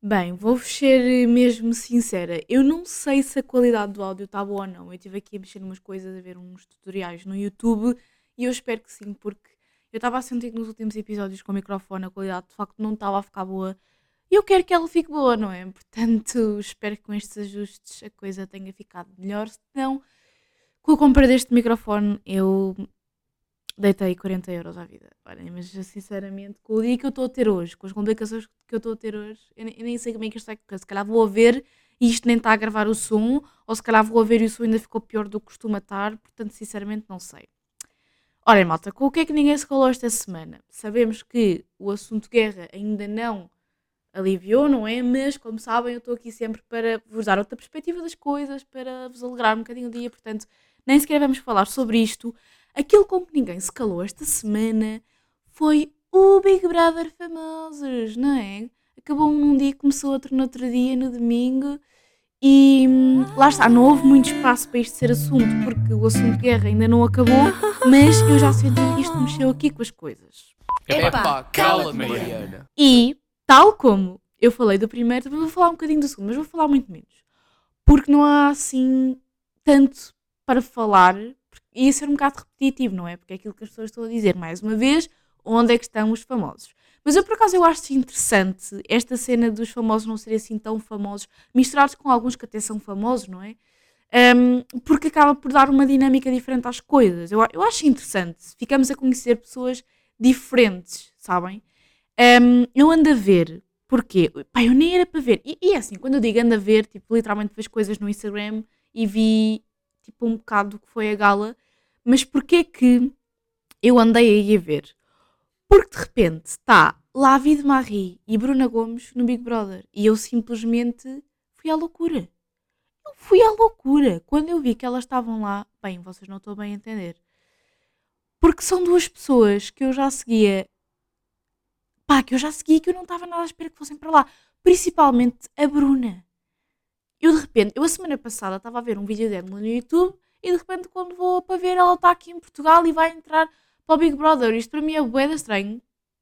Bem, vou-vos ser mesmo sincera. Eu não sei se a qualidade do áudio está boa ou não. Eu estive aqui a mexer umas coisas, a ver uns tutoriais no YouTube e eu espero que sim, porque eu estava a sentir que nos últimos episódios com o microfone a qualidade de facto não estava a ficar boa e eu quero que ela fique boa, não é? Portanto, espero que com estes ajustes a coisa tenha ficado melhor. Se não, com a compra deste microfone eu deitei 40 € à vida. Olha, mas sinceramente, com o dia que eu estou a ter hoje, com as complicações que eu estou a ter hoje, eu nem sei como é que isto vai correr. Se calhar vou a ver e isto nem está a gravar o som, ou se calhar vou a ver e o som ainda ficou pior do que costuma estar, portanto, sinceramente, não sei. Ora, malta, com o que é que ninguém se calou esta semana? Sabemos que o assunto guerra ainda não aliviou, não é? Mas, como sabem, eu estou aqui sempre para vos dar outra perspectiva das coisas, para vos alegrar um bocadinho o dia, portanto, nem sequer vamos falar sobre isto. Aquilo com que ninguém se calou esta semana foi o Big Brother Famosos, não é? Acabou um num dia e começou outro no outro dia, no domingo, e lá está, não houve muito espaço para isto ser assunto, porque o assunto de guerra ainda não acabou, mas eu já senti que isto mexeu aqui com as coisas. Epá, cala-te, Mariana. E, tal como eu falei do primeiro, também vou falar um bocadinho do segundo, mas vou falar muito menos. Porque não há, assim, tanto para falar, porque ia ser um bocado repetitivo, não é? Porque é aquilo que as pessoas estão a dizer, mais uma vez, onde é que estão os famosos. Mas eu, por acaso, eu acho interessante esta cena dos famosos não serem assim tão famosos, misturados com alguns que até são famosos, não é? Porque acaba por dar uma dinâmica diferente às coisas. Eu acho interessante. Ficamos a conhecer pessoas diferentes, sabem? Eu ando a ver. Porquê? Pá, eu nem era para ver. E é assim, quando eu digo ando a ver, tipo, literalmente vejo coisas no Instagram e vi, tipo, um bocado do que foi a gala. Mas porquê que eu andei aí a ver? Porque de repente está Lavi Marie e Bruna Gomes no Big Brother. E eu simplesmente fui à loucura. Eu fui à loucura. Quando eu vi que elas estavam lá, bem, vocês não estão bem a entender. Porque são duas pessoas que eu já seguia. Pá, que eu já seguia e que eu não estava nada à espera que fossem para lá. Principalmente a Bruna. Eu de repente, eu a semana passada estava a ver um vídeo dela no YouTube e de repente quando vou para ver ela está aqui em Portugal e vai entrar para o Big Brother. Isto para mim é bué de estranho.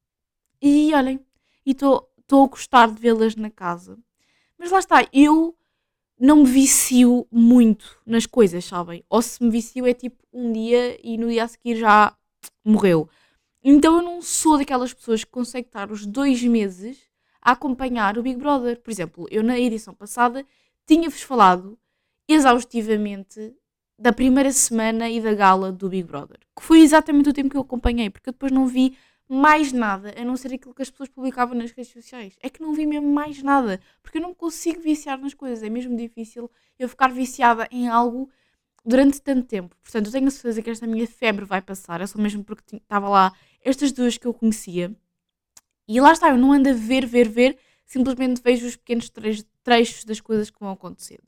E olhem, e estou a gostar de vê-las na casa. Mas lá está, eu não me vicio muito nas coisas, sabem? Ou se me vicio é tipo um dia e no dia a seguir já morreu. Então eu não sou daquelas pessoas que conseguem estar os 2 meses a acompanhar o Big Brother. Por exemplo, eu na edição passada tinha-vos falado exaustivamente da primeira semana e da gala do Big Brother. Que foi exatamente o tempo que eu acompanhei, porque eu depois não vi mais nada, a não ser aquilo que as pessoas publicavam nas redes sociais. É que não vi mesmo mais nada, porque eu não consigo viciar nas coisas. É mesmo difícil eu ficar viciada em algo durante tanto tempo. Portanto, eu tenho a certeza que esta minha febre vai passar. É só mesmo porque estava lá estas duas que eu conhecia. E lá está, eu não ando a ver. Simplesmente vejo os pequenos trechos das coisas que vão acontecendo.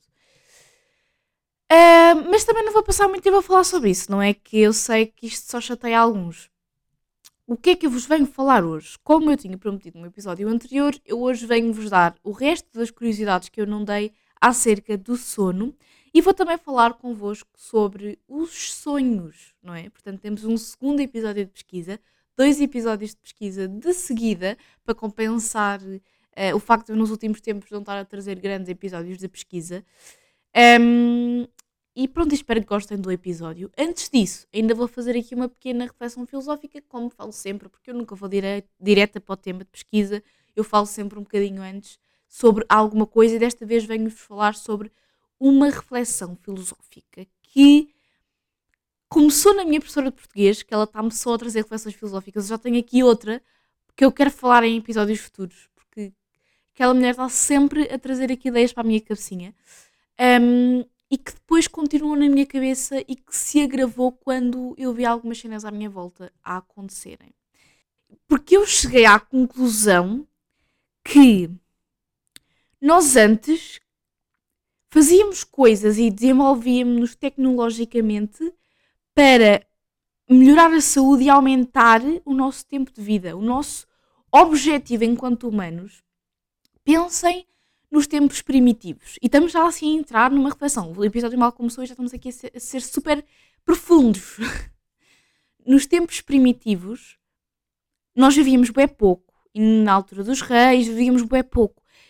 Mas também não vou passar muito tempo a falar sobre isso. Não é que eu sei que isto só chateia alguns. O que é que eu vos venho falar hoje? Como eu tinha prometido no episódio anterior, eu hoje venho-vos dar o resto das curiosidades que eu não dei acerca do sono e vou também falar convosco sobre os sonhos, não é? Portanto, temos um segundo episódio de pesquisa, 2 episódios de pesquisa de seguida para compensar o facto de eu nos últimos tempos não estar a trazer grandes episódios de pesquisa. E pronto, espero que gostem do episódio. Antes disso, ainda vou fazer aqui uma pequena reflexão filosófica, como falo sempre, porque eu nunca vou direta para o tema de pesquisa, eu falo sempre um bocadinho antes sobre alguma coisa e desta vez venho-vos falar sobre uma reflexão filosófica que começou na minha professora de português, que ela está-me só a trazer reflexões filosóficas. Eu já tenho aqui outra que eu quero falar em episódios futuros, porque aquela mulher está sempre a trazer aqui ideias para a minha cabecinha. E que depois continuou na minha cabeça e que se agravou quando eu vi algumas cenas à minha volta a acontecerem. Porque eu cheguei à conclusão que nós antes fazíamos coisas e desenvolvíamos-nos tecnologicamente para melhorar a saúde e aumentar o nosso tempo de vida. O nosso objetivo enquanto humanos, pensem nos tempos primitivos. E estamos já assim a entrar numa reflexão. O episódio mal começou e já estamos aqui a ser super profundos. Nos tempos primitivos, nós vivíamos bem pouco. E na altura dos reis, vivíamos bem pouco.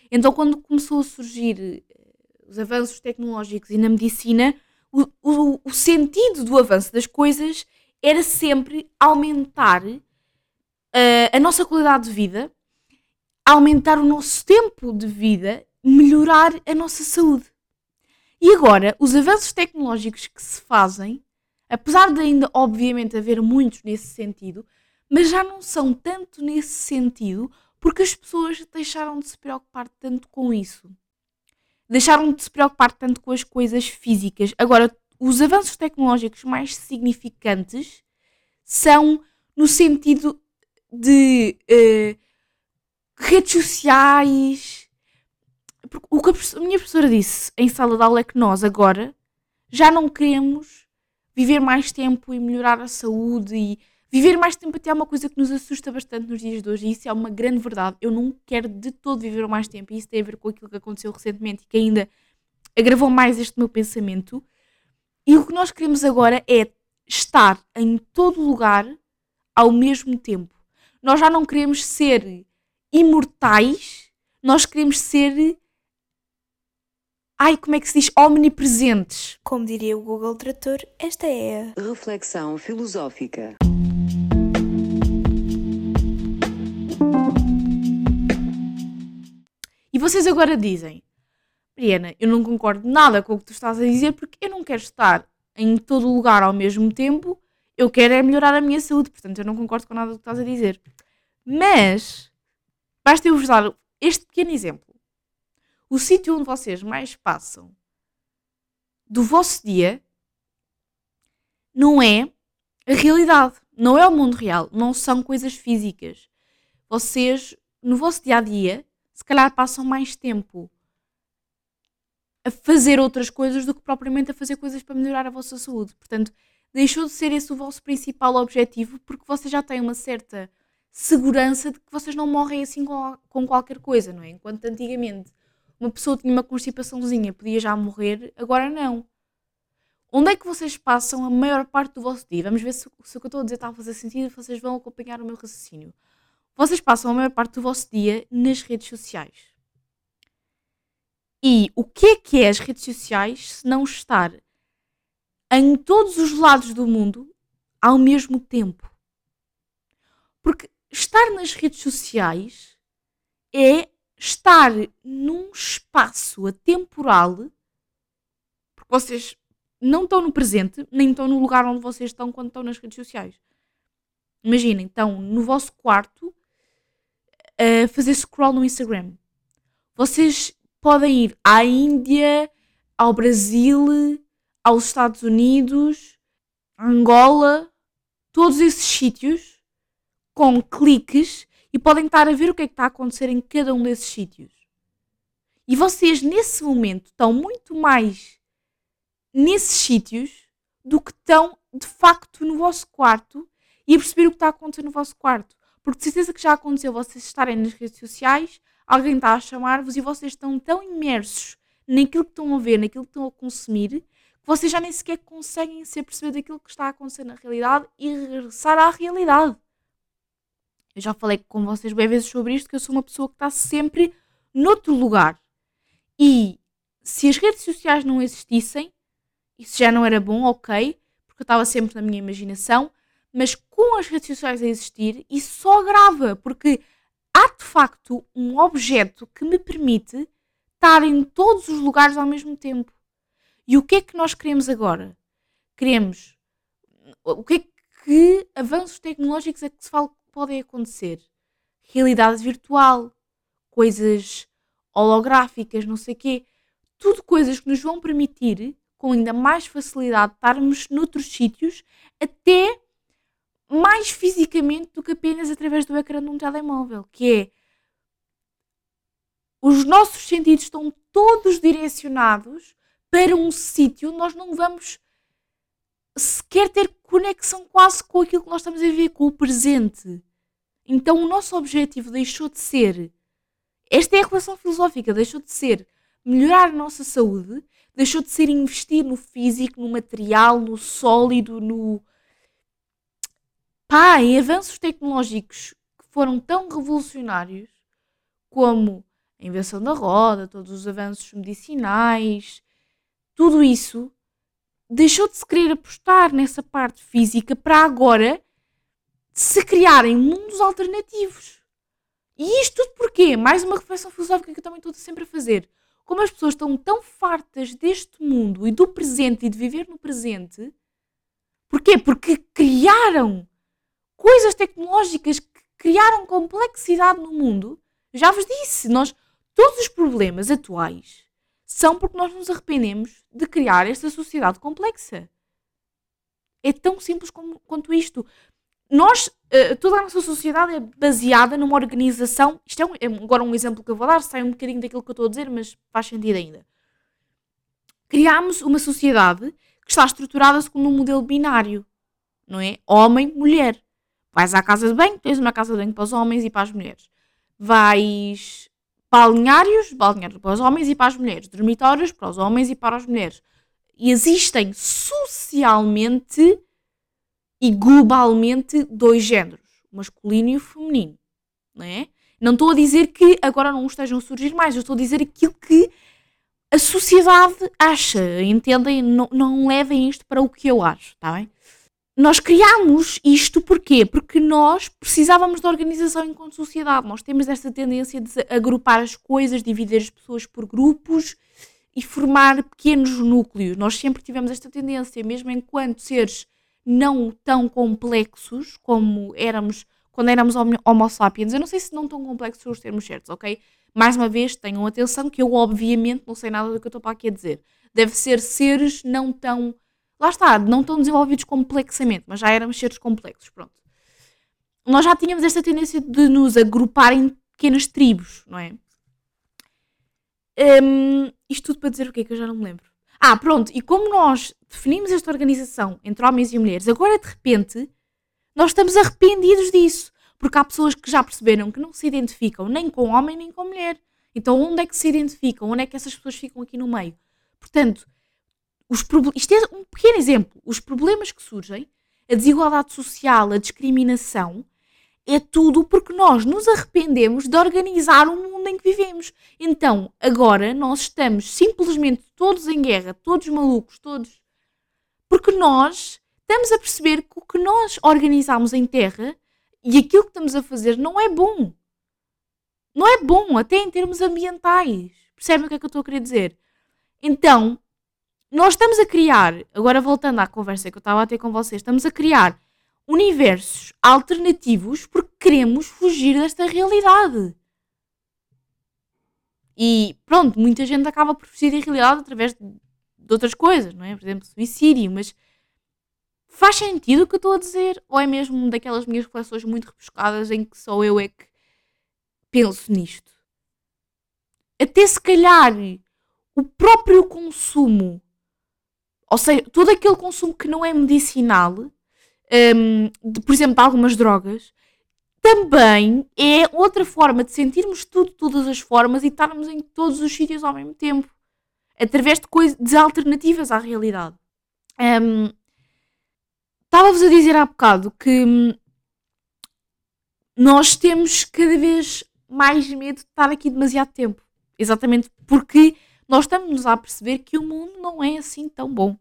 Então, quando começou a surgir os avanços tecnológicos e na medicina, o sentido do avanço das coisas era sempre aumentar a nossa qualidade de vida, aumentar o nosso tempo de vida, melhorar a nossa saúde. E agora, os avanços tecnológicos que se fazem, apesar de ainda, obviamente, haver muitos nesse sentido, mas já não são tanto nesse sentido porque as pessoas deixaram de se preocupar tanto com isso. Deixaram de se preocupar tanto com as coisas físicas. Agora, os avanços tecnológicos mais significantes são no sentido de redes sociais. O que a minha professora disse em sala de aula é que nós agora já não queremos viver mais tempo e melhorar a saúde e viver mais tempo até é uma coisa que nos assusta bastante nos dias de hoje e isso é uma grande verdade. Eu não quero de todo viver mais tempo e isso tem a ver com aquilo que aconteceu recentemente e que ainda agravou mais este meu pensamento. E o que nós queremos agora é estar em todo lugar ao mesmo tempo. Nós já não queremos ser imortais, nós queremos ser... como é que se diz? Omnipresentes. Como diria o Google Trator, esta é a reflexão filosófica. E vocês agora dizem, Mariana, eu não concordo nada com o que tu estás a dizer porque eu não quero estar em todo lugar ao mesmo tempo, eu quero é melhorar a minha saúde, portanto eu não concordo com nada do que estás a dizer. Mas, basta eu vos dar este pequeno exemplo. O sítio onde vocês mais passam do vosso dia não é a realidade, não é o mundo real, não são coisas físicas. Vocês, no vosso dia-a-dia, se calhar passam mais tempo a fazer outras coisas do que propriamente a fazer coisas para melhorar a vossa saúde. Portanto, deixou de ser esse o vosso principal objetivo porque vocês já têm uma certa segurança de que vocês não morrem assim com qualquer coisa, não é? Enquanto antigamente uma pessoa tinha uma constipaçãozinha, podia já morrer, agora não. Onde é que vocês passam a maior parte do vosso dia? Vamos ver se o que eu estou a dizer está a fazer sentido e vocês vão acompanhar o meu raciocínio. Vocês passam a maior parte do vosso dia nas redes sociais. E o que é as redes sociais se não estar em todos os lados do mundo ao mesmo tempo? Porque estar nas redes sociais é estar num espaço atemporal, porque vocês não estão no presente, nem estão no lugar onde vocês estão quando estão nas redes sociais. Imaginem, estão no vosso quarto a fazer scroll no Instagram. Vocês podem ir à Índia, ao Brasil, aos Estados Unidos, Angola, todos esses sítios com cliques e podem estar a ver o que é que está a acontecer em cada um desses sítios. E vocês, nesse momento, estão muito mais nesses sítios do que estão, de facto, no vosso quarto e a perceber o que está a acontecer no vosso quarto. Porque de certeza que já aconteceu vocês estarem nas redes sociais, alguém está a chamar-vos e vocês estão tão imersos naquilo que estão a ver, naquilo que estão a consumir, que vocês já nem sequer conseguem se aperceber daquilo que está a acontecer na realidade e regressar à realidade. Eu já falei com vocês bem vezes sobre isto, que eu sou uma pessoa que está sempre noutro lugar. E se as redes sociais não existissem, isso já não era bom, ok, porque eu estava sempre na minha imaginação, mas com as redes sociais a existir, isso só agrava, porque há de facto um objeto que me permite estar em todos os lugares ao mesmo tempo. E o que é que nós queremos agora? Queremos... O que é que avanços tecnológicos é que se fala que podem acontecer? Realidade virtual, coisas holográficas, não sei o quê. Tudo coisas que nos vão permitir, com ainda mais facilidade, estarmos noutros sítios, até mais fisicamente do que apenas através do ecrã de um telemóvel, que é os nossos sentidos estão todos direcionados para um sítio onde nós não vamos sequer ter conexão quase com aquilo que nós estamos a viver, com o presente. Então o nosso objetivo deixou de ser, esta é a relação filosófica, deixou de ser melhorar a nossa saúde, deixou de ser investir no físico, no material, no sólido, em avanços tecnológicos que foram tão revolucionários como a invenção da roda, todos os avanços medicinais, tudo isso deixou de se querer apostar nessa parte física para agora se criarem mundos alternativos. E isto tudo porquê? Mais uma reflexão filosófica que eu também estou sempre a fazer. Como as pessoas estão tão fartas deste mundo e do presente e de viver no presente, porquê? Porque criaram coisas tecnológicas que criaram complexidade no mundo. Já vos disse, todos os problemas atuais são porque nós nos arrependemos de criar esta sociedade complexa. É tão simples quanto isto. Toda a nossa sociedade é baseada numa organização. Isto é agora um exemplo que eu vou dar, sai um bocadinho daquilo que eu estou a dizer, mas faz sentido ainda. Criámos uma sociedade que está estruturada segundo um modelo binário, não é? Homem, mulher. Vais à casa de banho, tens uma casa de banho para os homens e para as mulheres. Vais balneários para os homens e para as mulheres. Dormitórios para os homens e para as mulheres. E existem socialmente e globalmente 2 géneros, o masculino e o feminino, não é? Não estou a dizer que agora não estejam a surgir mais, eu estou a dizer aquilo que a sociedade acha, entendem? Não levem isto para o que eu acho, está bem? Nós criámos isto porquê? Porque nós precisávamos de organização enquanto sociedade, nós temos esta tendência de agrupar as coisas, dividir as pessoas por grupos e formar pequenos núcleos. Nós sempre tivemos esta tendência, mesmo enquanto seres não tão complexos como éramos quando éramos homo sapiens. Eu não sei se não tão complexos são os termos certos, ok? Mais uma vez, tenham atenção que eu obviamente não sei nada do que eu estou para aqui a dizer. Deve ser seres não tão... Lá está, não tão desenvolvidos complexamente, mas já éramos seres complexos, pronto. Nós já tínhamos esta tendência de nos agrupar em pequenas tribos, não é? Isto tudo para dizer o quê? Que eu já não me lembro. Pronto, e como nós definimos esta organização entre homens e mulheres, agora de repente nós estamos arrependidos disso, porque há pessoas que já perceberam que não se identificam nem com homem nem com mulher. Então onde é que se identificam? Onde é que essas pessoas ficam aqui no meio? Portanto, isto é um pequeno exemplo. Os problemas que surgem, a desigualdade social, a discriminação, é tudo porque nós nos arrependemos de organizar o mundo em que vivemos. Então, agora, nós estamos simplesmente todos em guerra, todos malucos, todos... Porque nós estamos a perceber que o que nós organizamos em terra e aquilo que estamos a fazer não é bom. Não é bom, até em termos ambientais. Percebem o que é que eu estou a querer dizer? Então, nós estamos a criar, agora voltando à conversa que eu estava a ter com vocês, estamos a criar universos alternativos porque queremos fugir desta realidade. E pronto, muita gente acaba por fugir da realidade através de outras coisas, não é? Por exemplo, suicídio, mas faz sentido o que eu estou a dizer? Ou é mesmo daquelas minhas reflexões muito rebuscadas em que só eu é que penso nisto? Até se calhar o próprio consumo, ou seja, todo aquele consumo que não é medicinal, por exemplo, de algumas drogas, também é outra forma de sentirmos tudo, todas as formas e estarmos em todos os sítios ao mesmo tempo, através de alternativas à realidade. Estava-vos a dizer há bocado que nós temos cada vez mais medo de estar aqui demasiado tempo, exatamente porque nós estamos a perceber que o mundo não é assim tão bom.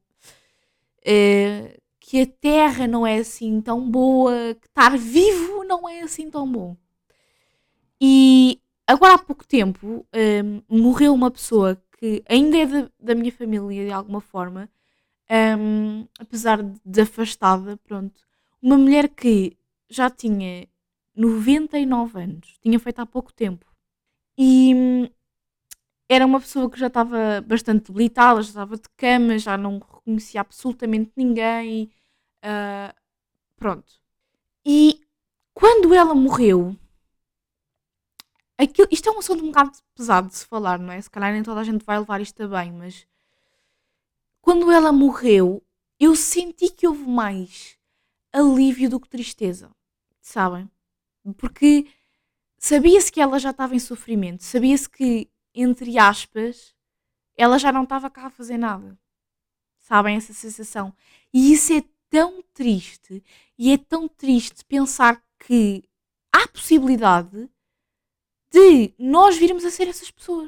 Que a terra não é assim tão boa, que estar vivo não é assim tão bom. E agora há pouco tempo morreu uma pessoa que ainda é da minha família de alguma forma, apesar de afastada, pronto. Uma mulher que já tinha 99 anos, tinha feito há pouco tempo. E era uma pessoa que já estava bastante debilitada, já estava de cama, já não reconhecia absolutamente ninguém. Pronto. E quando ela morreu, isto é um assunto um bocado pesado de se falar, não é? Se calhar nem toda a gente vai levar isto a bem, mas quando ela morreu, eu senti que houve mais alívio do que tristeza, sabem? Porque sabia-se que ela já estava em sofrimento, sabia-se que, entre aspas, ela já não estava cá a fazer nada. Sabem essa sensação? E isso é tão triste, e é tão triste pensar que há possibilidade de nós virmos a ser essas pessoas.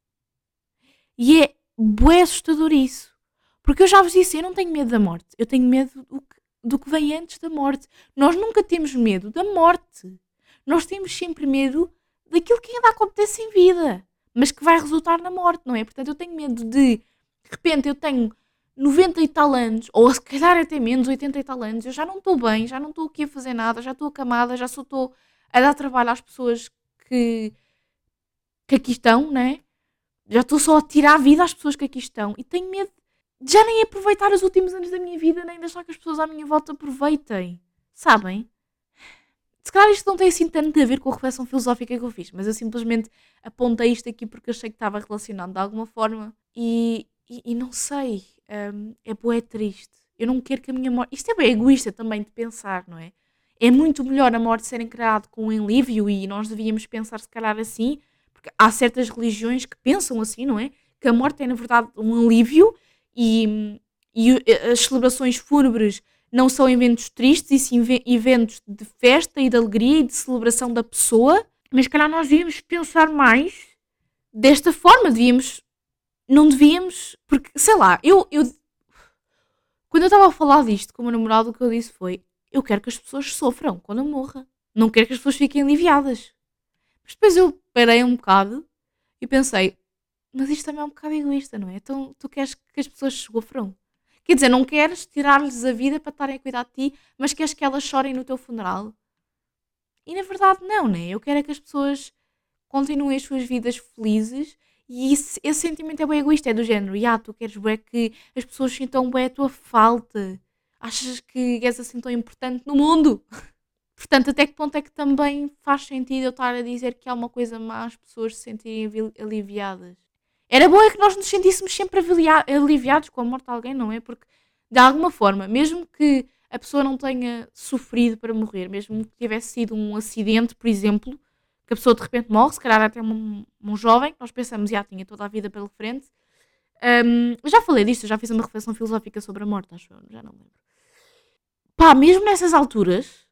E é bué assustador isso. Porque eu já vos disse, eu não tenho medo da morte. Eu tenho medo do que vem antes da morte. Nós nunca temos medo da morte. Nós temos sempre medo daquilo que ainda acontece em vida, mas que vai resultar na morte, não é? Portanto, eu tenho medo de repente, eu tenho 90 e tal anos, ou se calhar até menos, 80 e tal anos, eu já não estou bem, já não estou aqui a fazer nada, já estou acamada, já só estou a dar trabalho às pessoas que aqui estão, né? Já estou só a tirar a vida às pessoas que aqui estão e tenho medo de já nem aproveitar os últimos anos da minha vida, nem deixar que as pessoas à minha volta aproveitem. Sabem? Se calhar isto não tem assim tanto a ver com a reflexão filosófica que eu fiz, mas eu simplesmente apontei isto aqui porque achei que estava relacionado de alguma forma e não sei, é bué triste. Eu não quero que a minha morte... Isto é bem egoísta também de pensar, não é? É muito melhor a morte ser encarada com um alívio e nós devíamos pensar se calhar assim, porque há certas religiões que pensam assim, não é? Que a morte é na verdade um alívio e as celebrações fúnebres não são eventos tristes, e sim eventos de festa e de alegria e de celebração da pessoa. Mas se calhar nós devíamos pensar mais desta forma, não devíamos, porque, sei lá, quando eu estava a falar disto com o meu namorado, o que eu disse foi, eu quero que as pessoas sofram quando eu morra. Não quero que as pessoas fiquem aliviadas. Mas depois eu parei um bocado e pensei, mas isto também é um bocado egoísta, não é? Então tu queres que as pessoas sofram? Quer dizer, não queres tirar-lhes a vida para estarem a cuidar de ti, mas queres que elas chorem no teu funeral? E na verdade não, né? Eu quero é que as pessoas continuem as suas vidas felizes e esse sentimento é bem egoísta, é do género, tu queres bué que as pessoas sintam bué a tua falta. Achas que és assim tão importante no mundo? Portanto, até que ponto é que também faz sentido eu estar a dizer que há uma coisa má as pessoas se sentirem aliviadas? Era bom é que nós nos sentíssemos sempre aliviados com a morte de alguém, não é? Porque, de alguma forma, mesmo que a pessoa não tenha sofrido para morrer, mesmo que tivesse sido um acidente, por exemplo, que a pessoa de repente morre, se calhar até um jovem, nós pensamos, tinha toda a vida pela frente. Eu já falei disto, já fiz uma reflexão filosófica sobre a morte, acho eu, já não lembro. Pá, mesmo nessas alturas,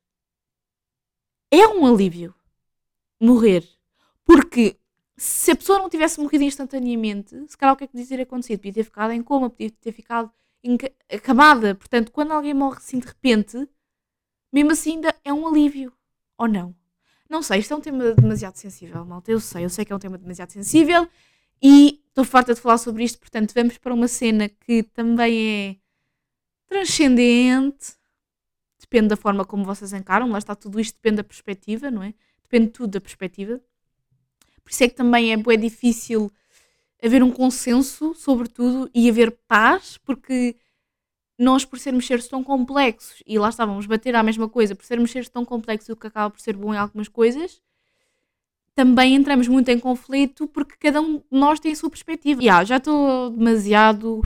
é um alívio morrer. Porque se a pessoa não tivesse morrido instantaneamente, se calhar o que é que podia ter acontecido? Podia ter ficado em coma, podia ter ficado acabada. Portanto, quando alguém morre assim de repente, mesmo assim ainda é um alívio. Ou não? Não sei, isto é um tema demasiado sensível, malta. Eu sei que é um tema demasiado sensível e estou farta de falar sobre isto, portanto vamos para uma cena que também é transcendente. Depende da forma como vocês encaram, lá está, tudo isto depende da perspectiva, não é? Depende tudo da perspectiva. Por isso é que também é bué difícil haver um consenso sobre tudo e haver paz, porque nós, por sermos seres tão complexos, e lá estávamos a bater à mesma coisa, por sermos seres tão complexos, o que acaba por ser bom em algumas coisas, também entramos muito em conflito porque cada um de nós tem a sua perspectiva. Já estou demasiado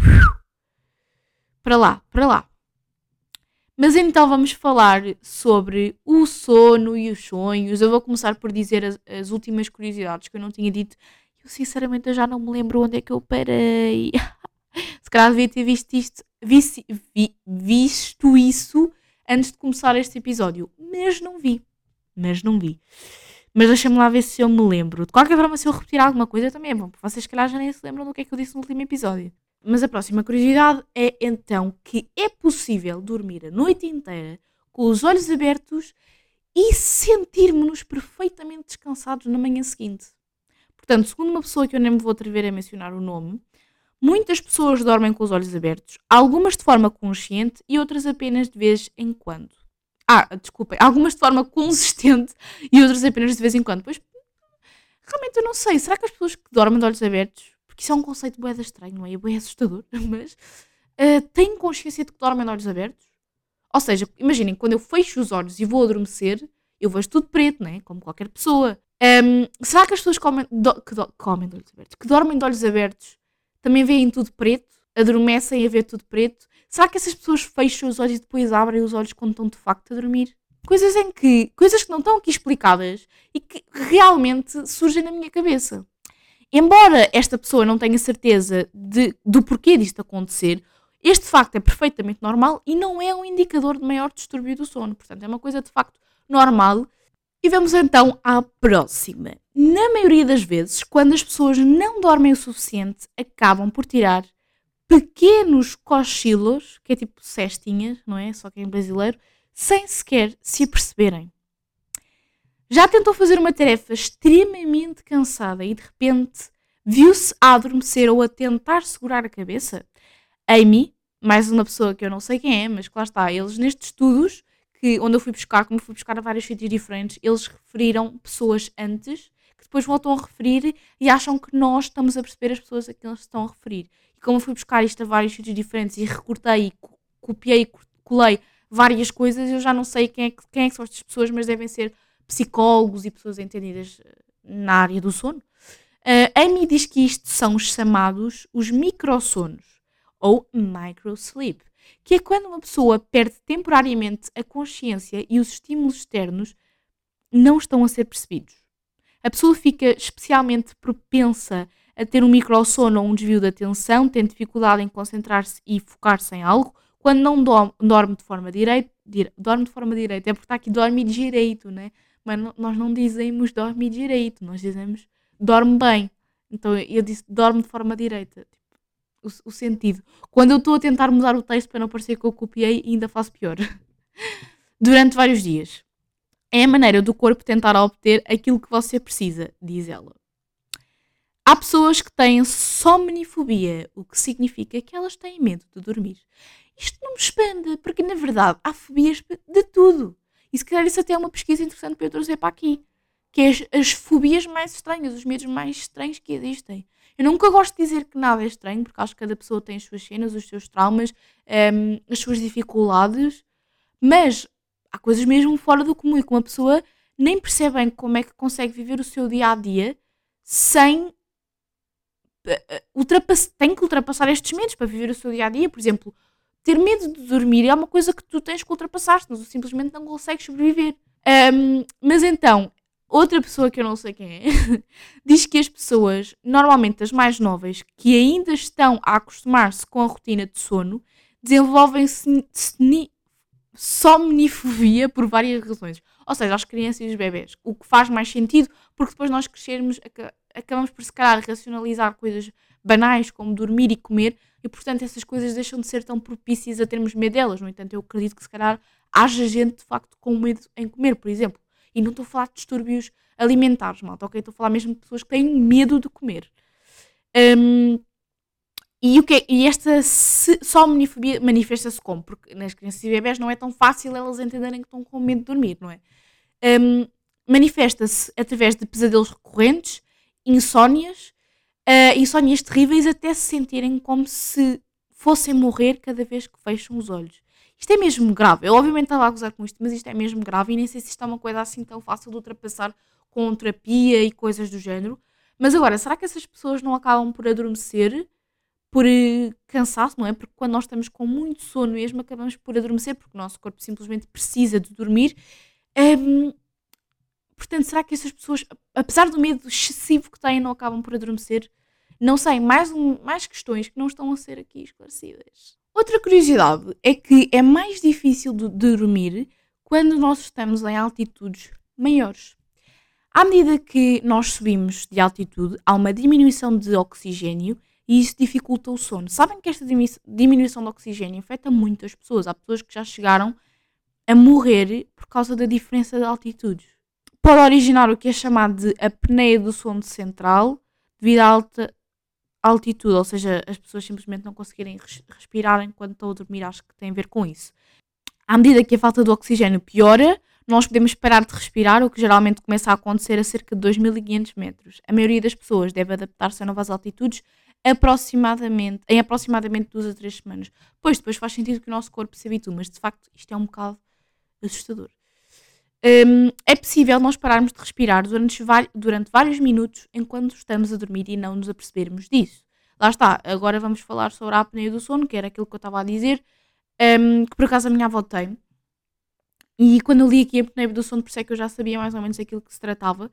para lá. Mas então vamos falar sobre o sono e os sonhos. Eu vou começar por dizer as últimas curiosidades que eu não tinha dito. Eu sinceramente já não me lembro onde é que eu parei. Se calhar devia ter visto isso antes de começar este episódio. Mas não vi. Mas deixa-me lá ver se eu me lembro. De qualquer forma, se eu repetir alguma coisa também é bom. Porque vocês se calhar já nem se lembram do que é que eu disse no último episódio. Mas a próxima curiosidade é então que é possível dormir a noite inteira com os olhos abertos e sentirmos-nos perfeitamente descansados na manhã seguinte. Portanto, segundo uma pessoa que eu nem me vou atrever a mencionar o nome, muitas pessoas dormem com os olhos abertos, algumas de forma consciente e outras apenas de vez em quando. Desculpem, algumas de forma consistente e outras apenas de vez em quando. Pois, realmente eu não sei, será que as pessoas que dormem de olhos abertos, porque isso é um conceito bué estranho, não é? É bué assustador, mas têm consciência de que dormem de olhos abertos? Ou seja, imaginem, quando eu fecho os olhos e vou adormecer, eu vejo tudo preto, não é? Como qualquer pessoa. Será que as pessoas que dormem de olhos abertos também veem tudo preto? Adormecem a ver tudo preto? Será que essas pessoas fecham os olhos e depois abrem os olhos quando estão de facto a dormir? Coisas que não estão aqui explicadas e que realmente surgem na minha cabeça. Embora esta pessoa não tenha certeza do porquê disto acontecer, este facto é perfeitamente normal e não é um indicador de maior distúrbio do sono. Portanto, é uma coisa de facto normal E vamos então à próxima. Na maioria das vezes, quando as pessoas não dormem o suficiente, acabam por tirar pequenos cochilos, que é tipo cestinhas, não é? Só que em brasileiro, sem sequer se aperceberem. Já tentou fazer uma tarefa extremamente cansada e de repente viu-se a adormecer ou a tentar segurar a cabeça? Amy, mais uma pessoa que eu não sei quem é, mas que lá está, eles nestes estudos, onde eu fui buscar, como eu fui buscar a vários sítios diferentes, eles referiram pessoas antes, que depois voltam a referir e acham que nós estamos a perceber as pessoas a que eles estão a referir. E como eu fui buscar isto a vários sítios diferentes e recortei e copiei e colei várias coisas, eu já não sei quem é que são estas pessoas, mas devem ser psicólogos e pessoas entendidas na área do sono. Amy diz que isto são os chamados os microssonos, ou microsleep, que é quando uma pessoa perde temporariamente a consciência e os estímulos externos não estão a ser percebidos. A pessoa fica especialmente propensa a ter um microsono ou um desvio de atenção, tem dificuldade em concentrar-se e focar-se em algo, quando não dorme de forma direita, é porque está aqui dorme direito, né? Mas nós não dizemos dorme direito, nós dizemos dorme bem. Então eu disse dorme de forma direita. O sentido. Quando eu estou a tentar mudar o texto para não parecer que eu copiei, ainda faço pior. Durante vários dias. É a maneira do corpo tentar obter aquilo que você precisa, diz ela. Há pessoas que têm somnifobia, o que significa que elas têm medo de dormir. Isto não me espanta, porque na verdade há fobias de tudo. E se calhar isso até é uma pesquisa interessante para eu trazer para aqui. Que é as fobias mais estranhas, os medos mais estranhos que existem. Eu nunca gosto de dizer que nada é estranho, porque acho que cada pessoa tem as suas cenas, os seus traumas, as suas dificuldades, mas há coisas mesmo fora do comum e que uma pessoa nem percebe bem como é que consegue viver o seu dia-a-dia sem tem que ultrapassar estes medos para viver o seu dia-a-dia. Por exemplo, ter medo de dormir é uma coisa que tu tens que ultrapassar, senão simplesmente não consegues sobreviver. Mas então, outra pessoa que eu não sei quem é, diz que as pessoas, normalmente as mais novas, que ainda estão a acostumar-se com a rotina de sono, desenvolvem somnifobia por várias razões. Ou seja, as crianças e os bebés. O que faz mais sentido, porque depois nós crescermos, acabamos por se calhar racionalizar coisas banais como dormir e comer, e portanto essas coisas deixam de ser tão propícias a termos medo delas. No entanto, eu acredito que se calhar haja gente de facto com medo em comer, por exemplo. E não estou a falar de distúrbios alimentares, malta, ok? Estou a falar mesmo de pessoas que têm medo de comer. E esta somnifobia manifesta-se como? Porque nas crianças e bebés não é tão fácil elas entenderem que estão com medo de dormir, não é? Manifesta-se através de pesadelos recorrentes, insónias terríveis, até se sentirem como se fossem morrer cada vez que fecham os olhos. Isto é mesmo grave. Eu obviamente estava a gozar com isto, mas isto é mesmo grave e nem sei se isto é uma coisa assim tão fácil de ultrapassar com terapia e coisas do género. Mas agora, será que essas pessoas não acabam por adormecer por cansaço, não é? Porque quando nós estamos com muito sono mesmo, acabamos por adormecer, porque o nosso corpo simplesmente precisa de dormir. Portanto, será que essas pessoas, apesar do medo excessivo que têm, não acabam por adormecer? Não sei, mais questões que não estão a ser aqui esclarecidas. Outra curiosidade é que é mais difícil de dormir quando nós estamos em altitudes maiores. À medida que nós subimos de altitude, há uma diminuição de oxigênio e isso dificulta o sono. Sabem que esta diminuição de oxigênio afeta muitas pessoas. Há pessoas que já chegaram a morrer por causa da diferença de altitudes. Pode originar o que é chamado de apneia do sono central devido à alta altitude, ou seja, as pessoas simplesmente não conseguirem respirar enquanto estão a dormir. Acho que tem a ver com isso. À medida que a falta de oxigênio piora, nós podemos parar de respirar, o que geralmente começa a acontecer a cerca de 2.500 metros. A maioria das pessoas deve adaptar-se a novas altitudes em aproximadamente 2 a 3 semanas. Pois, depois faz sentido que o nosso corpo se habitue, mas de facto isto é um bocado assustador. É possível nós pararmos de respirar durante vários minutos enquanto estamos a dormir e não nos apercebermos disso. Lá está, agora vamos falar sobre a apneia do sono, que era aquilo que eu estava a dizer, que por acaso a minha avó tem. E quando eu li aqui a apneia do sono, por isso é que eu já sabia mais ou menos aquilo que se tratava.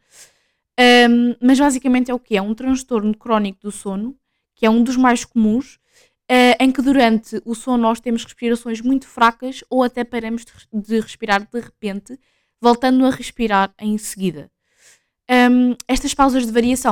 Mas basicamente é o quê? É um transtorno crónico do sono, que é um dos mais comuns, em que durante o sono nós temos respirações muito fracas ou até paramos de respirar de repente, voltando a respirar em seguida. Estas pausas de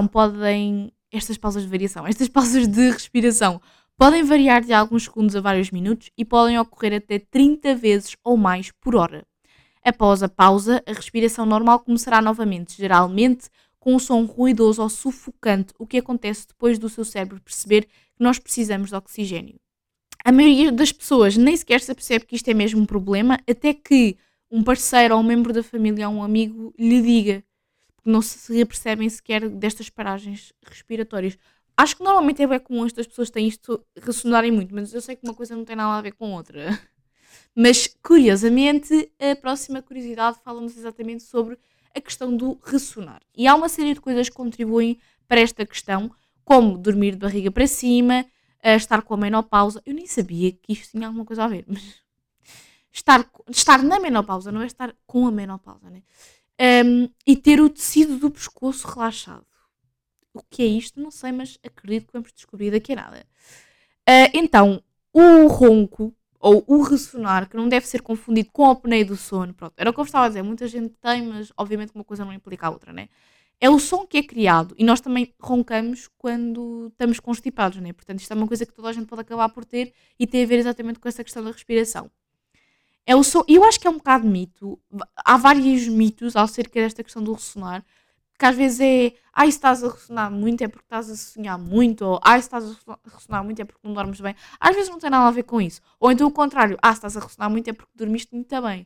respiração podem variar de alguns segundos a vários minutos e podem ocorrer até 30 vezes ou mais por hora. Após a pausa, a respiração normal começará novamente, geralmente com um som ruidoso ou sufocante, o que acontece depois do seu cérebro perceber que nós precisamos de oxigênio. A maioria das pessoas nem sequer se apercebe que isto é mesmo um problema, até que um parceiro ou um membro da família ou um amigo lhe diga, porque não se apercebem sequer destas paragens respiratórias. Acho que normalmente é bem comum estas pessoas têm isto ressonarem muito, mas eu sei que uma coisa não tem nada a ver com outra. Mas, curiosamente, a próxima curiosidade fala-nos exatamente sobre a questão do ressonar. E há uma série de coisas que contribuem para esta questão, como dormir de barriga para cima, estar com a menopausa. Eu nem sabia que isto tinha alguma coisa a ver, mas estar na menopausa, não é estar com a menopausa, né? E ter o tecido do pescoço relaxado. O que é isto? Não sei, mas acredito que vamos descobrir daqui a nada. Então, o ronco ou o ressonar, que não deve ser confundido com a apneia do sono, pronto, era o que eu estava a dizer, muita gente tem, mas obviamente uma coisa não implica a outra, né? É o som que é criado e nós também roncamos quando estamos constipados, né? Portanto, isto é uma coisa que toda a gente pode acabar por ter e tem a ver exatamente com essa questão da respiração. É o som, eu acho que é um bocado mito, há vários mitos acerca desta questão do ressonar, que às vezes é, se estás a ressonar muito é porque estás a sonhar muito, ou se estás a ressonar muito é porque não dormes bem. Às vezes não tem nada a ver com isso. Ou então o contrário, se estás a ressonar muito é porque dormiste muito bem.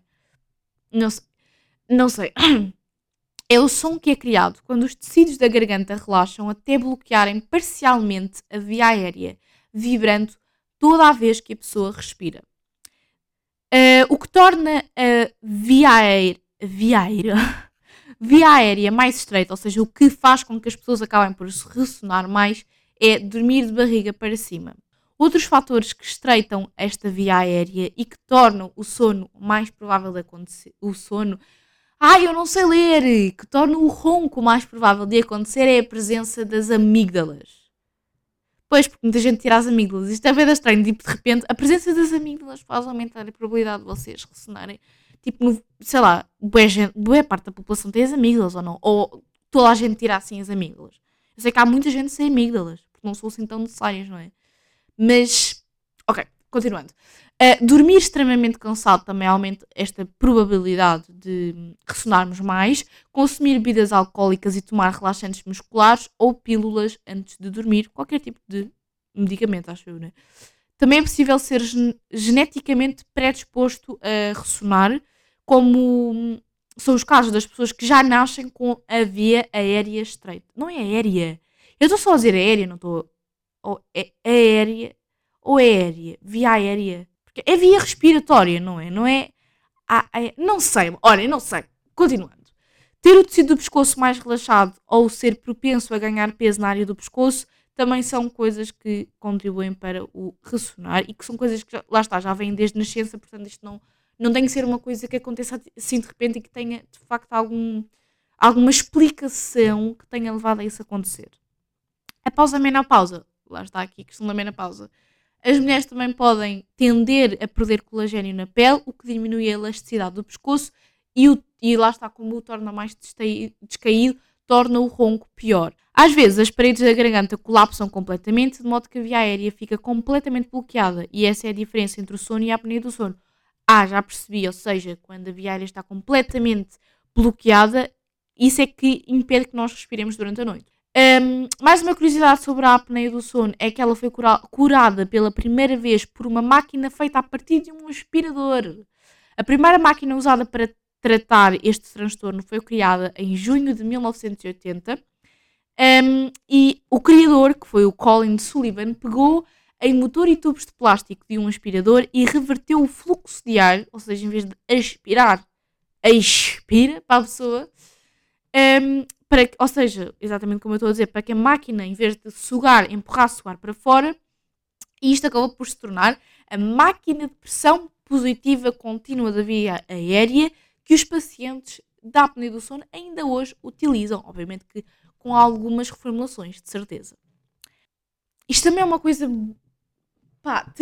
Não sei. É o som que é criado quando os tecidos da garganta relaxam até bloquearem parcialmente a via aérea, vibrando toda a vez que a pessoa respira. O que torna a via aérea mais estreita, ou seja, o que faz com que as pessoas acabem por se ressonar mais, é dormir de barriga para cima. Outros fatores que estreitam esta via aérea e que tornam o sono mais provável de acontecer, eu não sei ler, que torna o ronco mais provável de acontecer é a presença das amígdalas. Pois, porque muita gente tira as amígdalas. Isto é bem estranho, tipo, de repente, a presença das amígdalas faz aumentar a probabilidade de vocês ressonarem. Tipo, sei lá, boa parte da população tem as amígdalas ou não? Ou toda a gente tira assim as amígdalas? Eu sei que há muita gente sem amígdalas, porque não são assim tão necessárias, não é? Mas, ok, continuando. Dormir extremamente cansado também aumenta esta probabilidade de ressonarmos mais. Consumir bebidas alcoólicas e tomar relaxantes musculares ou pílulas antes de dormir. Qualquer tipo de medicamento, acho eu, né? Também é possível ser geneticamente predisposto a ressonar, como são os casos das pessoas que já nascem com a via aérea estreita. Não é aérea. Eu estou só a dizer aérea, não estou... Ou é aérea ou é aérea. Via aérea. Porque é via respiratória, não é? Não é... não sei. Olha, não sei. Continuando. Ter o tecido do pescoço mais relaxado ou ser propenso a ganhar peso na área do pescoço também são coisas que contribuem para o ressonar e que são coisas que, lá está, já vêm desde nascença, portanto isto não tem que ser uma coisa que aconteça assim de repente e que tenha, de facto, alguma explicação que tenha levado a isso acontecer. Após a menopausa, lá está aqui a questão da menopausa, as mulheres também podem tender a perder colagênio na pele, o que diminui a elasticidade do pescoço e lá está, como o torna mais descaído, torna o ronco pior. Às vezes as paredes da garganta colapsam completamente, de modo que a via aérea fica completamente bloqueada, e essa é a diferença entre o sono e a apneia do sono. Já percebi, ou seja, quando a via aérea está completamente bloqueada, isso é que impede que nós respiremos durante a noite. Mais uma curiosidade sobre a apneia do sono é que ela foi curada pela primeira vez por uma máquina feita a partir de um aspirador. A primeira máquina usada para tratar este transtorno foi criada em junho de 1980 e o criador, que foi o Colin Sullivan, pegou em motor e tubos de plástico de um aspirador e reverteu o fluxo de ar, ou seja, em vez de aspirar, expira para a pessoa, ou seja, exatamente como eu estou a dizer, para que a máquina, em vez de sugar, empurrasse o ar para fora, e isto acabou por se tornar a máquina de pressão positiva contínua da via aérea que os pacientes da apneia do sono ainda hoje utilizam, obviamente que com algumas reformulações, de certeza. Isto também é uma coisa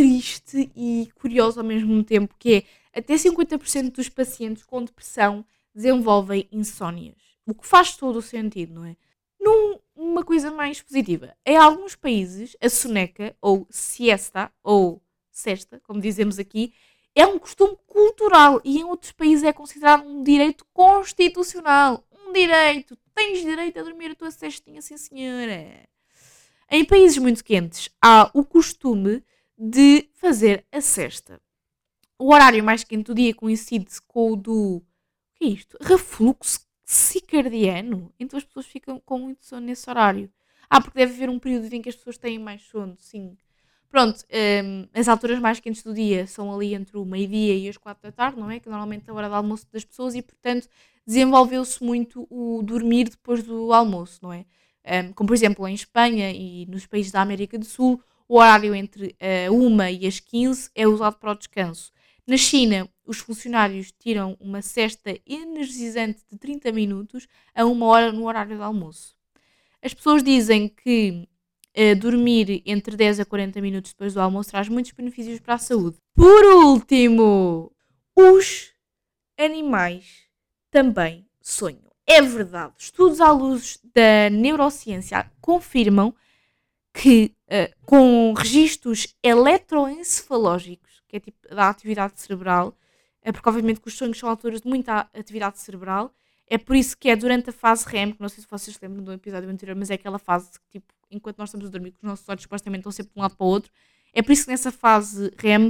triste e curiosa ao mesmo tempo, que é até 50% dos pacientes com depressão desenvolvem insónias. O que faz todo o sentido, não é? Numa coisa mais positiva. Em alguns países, a soneca, ou siesta, ou cesta, como dizemos aqui, é um costume cultural e em outros países é considerado um direito constitucional. Um direito. Tens direito a dormir a tua cestinha, sim senhora. Em países muito quentes, há o costume de fazer a cesta. O horário mais quente do dia coincide com o do... O que é isto? Refluxo circadiano. Então as pessoas ficam com muito sono nesse horário. Porque deve haver um período em que as pessoas têm mais sono, sim. Pronto, as alturas mais quentes do dia são ali entre o meio-dia e as 4 da tarde, não é? Que normalmente é a hora do almoço das pessoas e, portanto, desenvolveu-se muito o dormir depois do almoço, não é? Como, por exemplo, em Espanha e nos países da América do Sul, o horário entre 1 e as 15 é usado para o descanso. Na China, os funcionários tiram uma cesta energizante de 30 minutos a 1 hora no horário do almoço. As pessoas dizem que dormir entre 10 a 40 minutos depois do almoço traz muitos benefícios para a saúde. Por último, os animais também sonham. É verdade. Estudos à luz da neurociência confirmam que com registros eletroencefalógicos, que é tipo da atividade cerebral, porque obviamente que os sonhos são alturas de muita atividade cerebral, é por isso que é durante a fase REM, que não sei se vocês se lembram do episódio anterior, mas é aquela fase que, tipo, enquanto nós estamos a dormir, que os nossos olhos supostamente estão sempre de um lado para o outro, é por isso que nessa fase REM,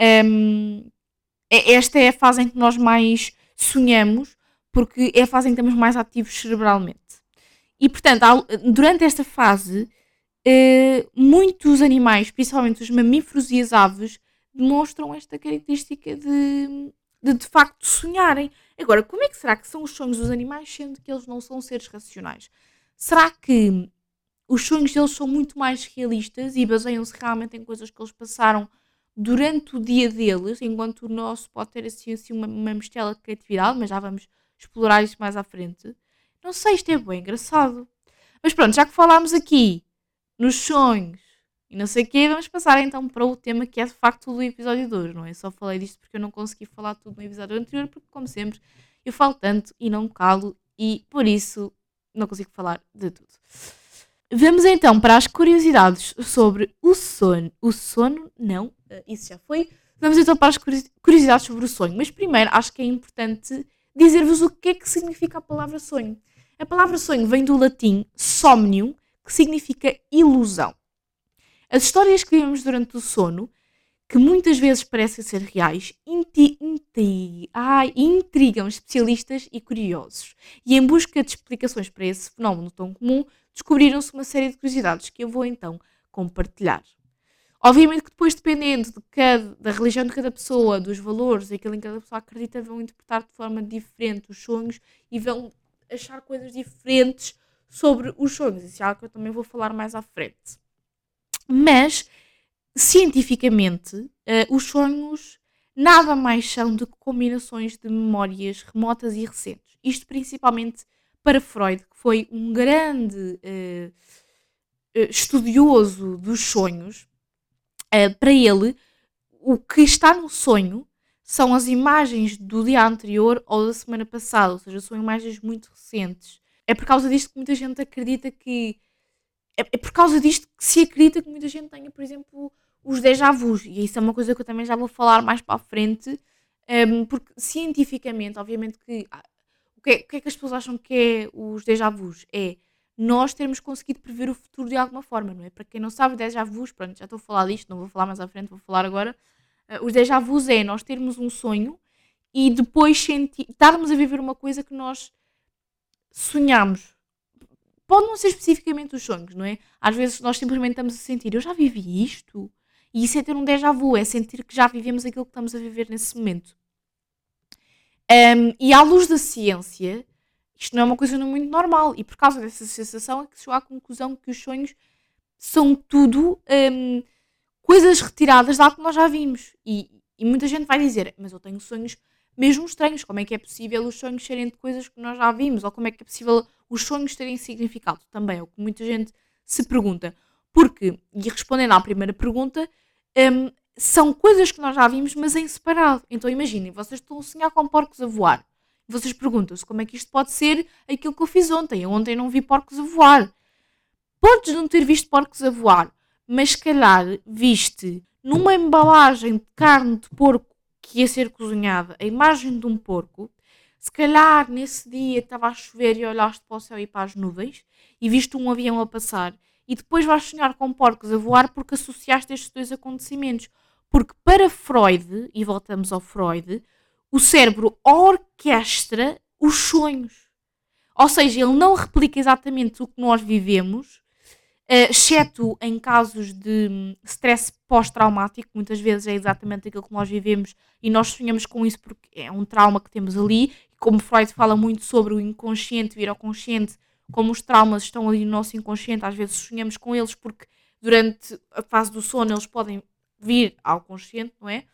esta é a fase em que nós mais sonhamos, porque é a fase em que estamos mais ativos cerebralmente. E, portanto, durante esta fase, muitos animais, principalmente os mamíferos e as aves, demonstram esta característica de facto sonharem. Agora, como é que será que são os sonhos dos animais, sendo que eles não são seres racionais? Será que os sonhos deles são muito mais realistas e baseiam-se realmente em coisas que eles passaram durante o dia deles, enquanto o nosso pode ter assim uma mistela de criatividade, mas já vamos explorar isso mais à frente? Não sei, isto é bem engraçado. Mas pronto, já que falámos aqui nos sonhos e não sei o quê, vamos passar então para o tema que é de facto do episódio 2, não é? Só falei disto porque eu não consegui falar tudo no episódio anterior, porque como sempre eu falo tanto e não me calo e por isso não consigo falar de tudo. Vamos então para as curiosidades sobre o sono. O sono, não, isso já foi. Vamos então para as curiosidades sobre o sonho. Mas primeiro acho que é importante dizer-vos o que é que significa a palavra sonho. A palavra sonho vem do latim somnium, que significa ilusão. As histórias que vivemos durante o sono, que muitas vezes parecem ser reais, intrigam especialistas e curiosos. E em busca de explicações para esse fenómeno tão comum, descobriram-se uma série de curiosidades que eu vou então compartilhar. Obviamente que depois, dependendo da religião de cada pessoa, dos valores, aquilo em que cada pessoa acredita, vão interpretar de forma diferente os sonhos e vão achar coisas diferentes sobre os sonhos. Isso é algo que eu também vou falar mais à frente. Mas, cientificamente, os sonhos nada mais são do que combinações de memórias remotas e recentes. Isto principalmente para Freud, que foi um grande estudioso dos sonhos. Para ele, o que está no sonho são as imagens do dia anterior ou da semana passada, ou seja, são imagens muito recentes. É por causa disto que muita gente acredita que... É por causa disto que se acredita que muita gente tenha, por exemplo, os déjà vus. E isso é uma coisa que eu também já vou falar mais para a frente, porque cientificamente, obviamente que... O que é que as pessoas acham que é os déjà vus? É nós termos conseguido prever o futuro de alguma forma, não é? Para quem não sabe, déjà vus, pronto, já estou a falar disto, não vou falar mais à frente, vou falar agora. Os déjà vus é nós termos um sonho e depois estarmos a viver uma coisa que nós sonhamos. Pode não ser especificamente os sonhos, não é? Às vezes nós simplesmente estamos a sentir, eu já vivi isto? E isso é ter um déjà vu, é sentir que já vivemos aquilo que estamos a viver nesse momento. E à luz da ciência, isto não é uma coisa muito normal. E por causa dessa sensação é que se chegou à conclusão que os sonhos são tudo coisas retiradas de algo que nós já vimos. E muita gente vai dizer, mas eu tenho sonhos mesmo estranhos. Como é que é possível os sonhos serem de coisas que nós já vimos? Ou como é que é possível os sonhos terem significado? Também é o que muita gente se pergunta. Porque, e respondendo à primeira pergunta, são coisas que nós já vimos, mas em separado. Então imaginem, vocês estão a sonhar com porcos a voar. Vocês perguntam-se como é que isto pode ser aquilo que eu fiz ontem. Eu ontem não vi porcos a voar. Podes não ter visto porcos a voar, mas se calhar viste numa embalagem de carne de porco que ia ser cozinhada a imagem de um porco. Se calhar nesse dia estava a chover e olhaste para o céu e para as nuvens e viste um avião a passar e depois vais sonhar com porcos a voar porque associaste estes dois acontecimentos. Porque para Freud, e voltamos ao Freud, o cérebro orquestra os sonhos. Ou seja, ele não replica exatamente o que nós vivemos, exceto em casos de stress pós-traumático, muitas vezes é exatamente aquilo que nós vivemos e nós sonhamos com isso porque é um trauma que temos ali. Como Freud fala muito sobre o inconsciente vir ao consciente, como os traumas estão ali no nosso inconsciente, às vezes sonhamos com eles porque durante a fase do sono eles podem vir ao consciente, não é?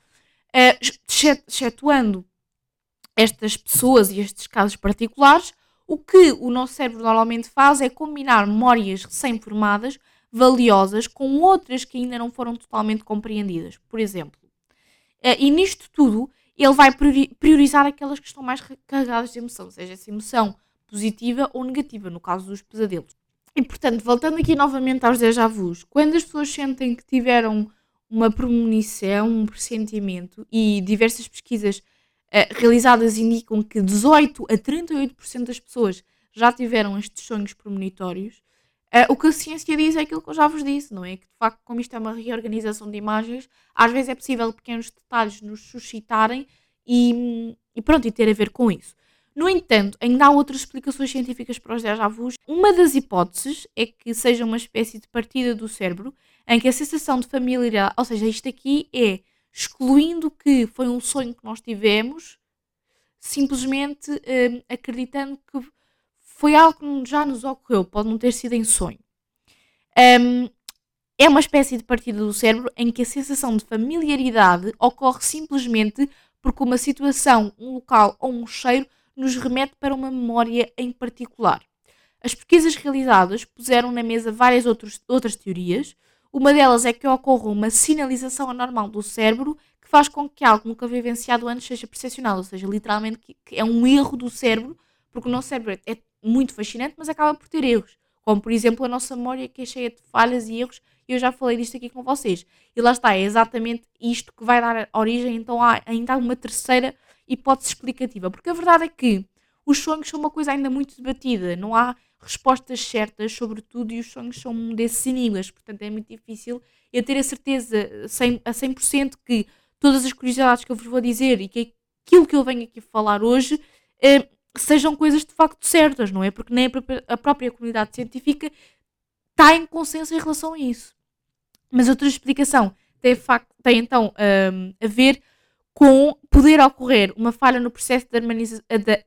Excetuando estas pessoas e estes casos particulares, o que o nosso cérebro normalmente faz é combinar memórias recém-formadas, valiosas, com outras que ainda não foram totalmente compreendidas. Por exemplo, e nisto tudo, ele vai priorizar aquelas que estão mais carregadas de emoção, seja essa emoção positiva ou negativa, no caso dos pesadelos. E, portanto, voltando aqui novamente aos déjà vus, quando as pessoas sentem que tiveram uma premonição, um pressentimento, e diversas pesquisas realizadas indicam que 18 a 38% das pessoas já tiveram estes sonhos premonitórios, o que a ciência diz é aquilo que eu já vos disse, não é? Que de facto, como isto é uma reorganização de imagens, às vezes é possível pequenos detalhes nos suscitarem e pronto, e ter a ver com isso. No entanto, ainda há outras explicações científicas para os déjà vus. Uma das hipóteses é que seja uma espécie de partida do cérebro em que a sensação de familiaridade, ou seja, isto aqui é excluindo que foi um sonho que nós tivemos, simplesmente acreditando que foi algo que já nos ocorreu, pode não ter sido em sonho. É uma espécie de partida do cérebro em que a sensação de familiaridade ocorre simplesmente porque uma situação, um local ou um cheiro nos remete para uma memória em particular. As pesquisas realizadas puseram na mesa várias outras teorias. Uma delas é que ocorre uma sinalização anormal do cérebro que faz com que algo nunca vivenciado antes seja percepcionado, ou seja, literalmente que é um erro do cérebro, porque o nosso cérebro é muito fascinante, mas acaba por ter erros, como por exemplo a nossa memória que é cheia de falhas e erros, e eu já falei disto aqui com vocês. E lá está, é exatamente isto que vai dar origem então ainda a uma terceira hipótese explicativa, porque a verdade é que os sonhos são uma coisa ainda muito debatida, não há respostas certas sobre tudo e os sonhos são um desses enigmas, portanto é muito difícil eu ter a certeza a 100% que todas as curiosidades que eu vos vou dizer e que aquilo que eu venho aqui falar hoje sejam coisas de facto certas, não é? Porque nem a própria comunidade científica está em consenso em relação a isso. Mas outra explicação tem então a ver com poder ocorrer uma falha no processo de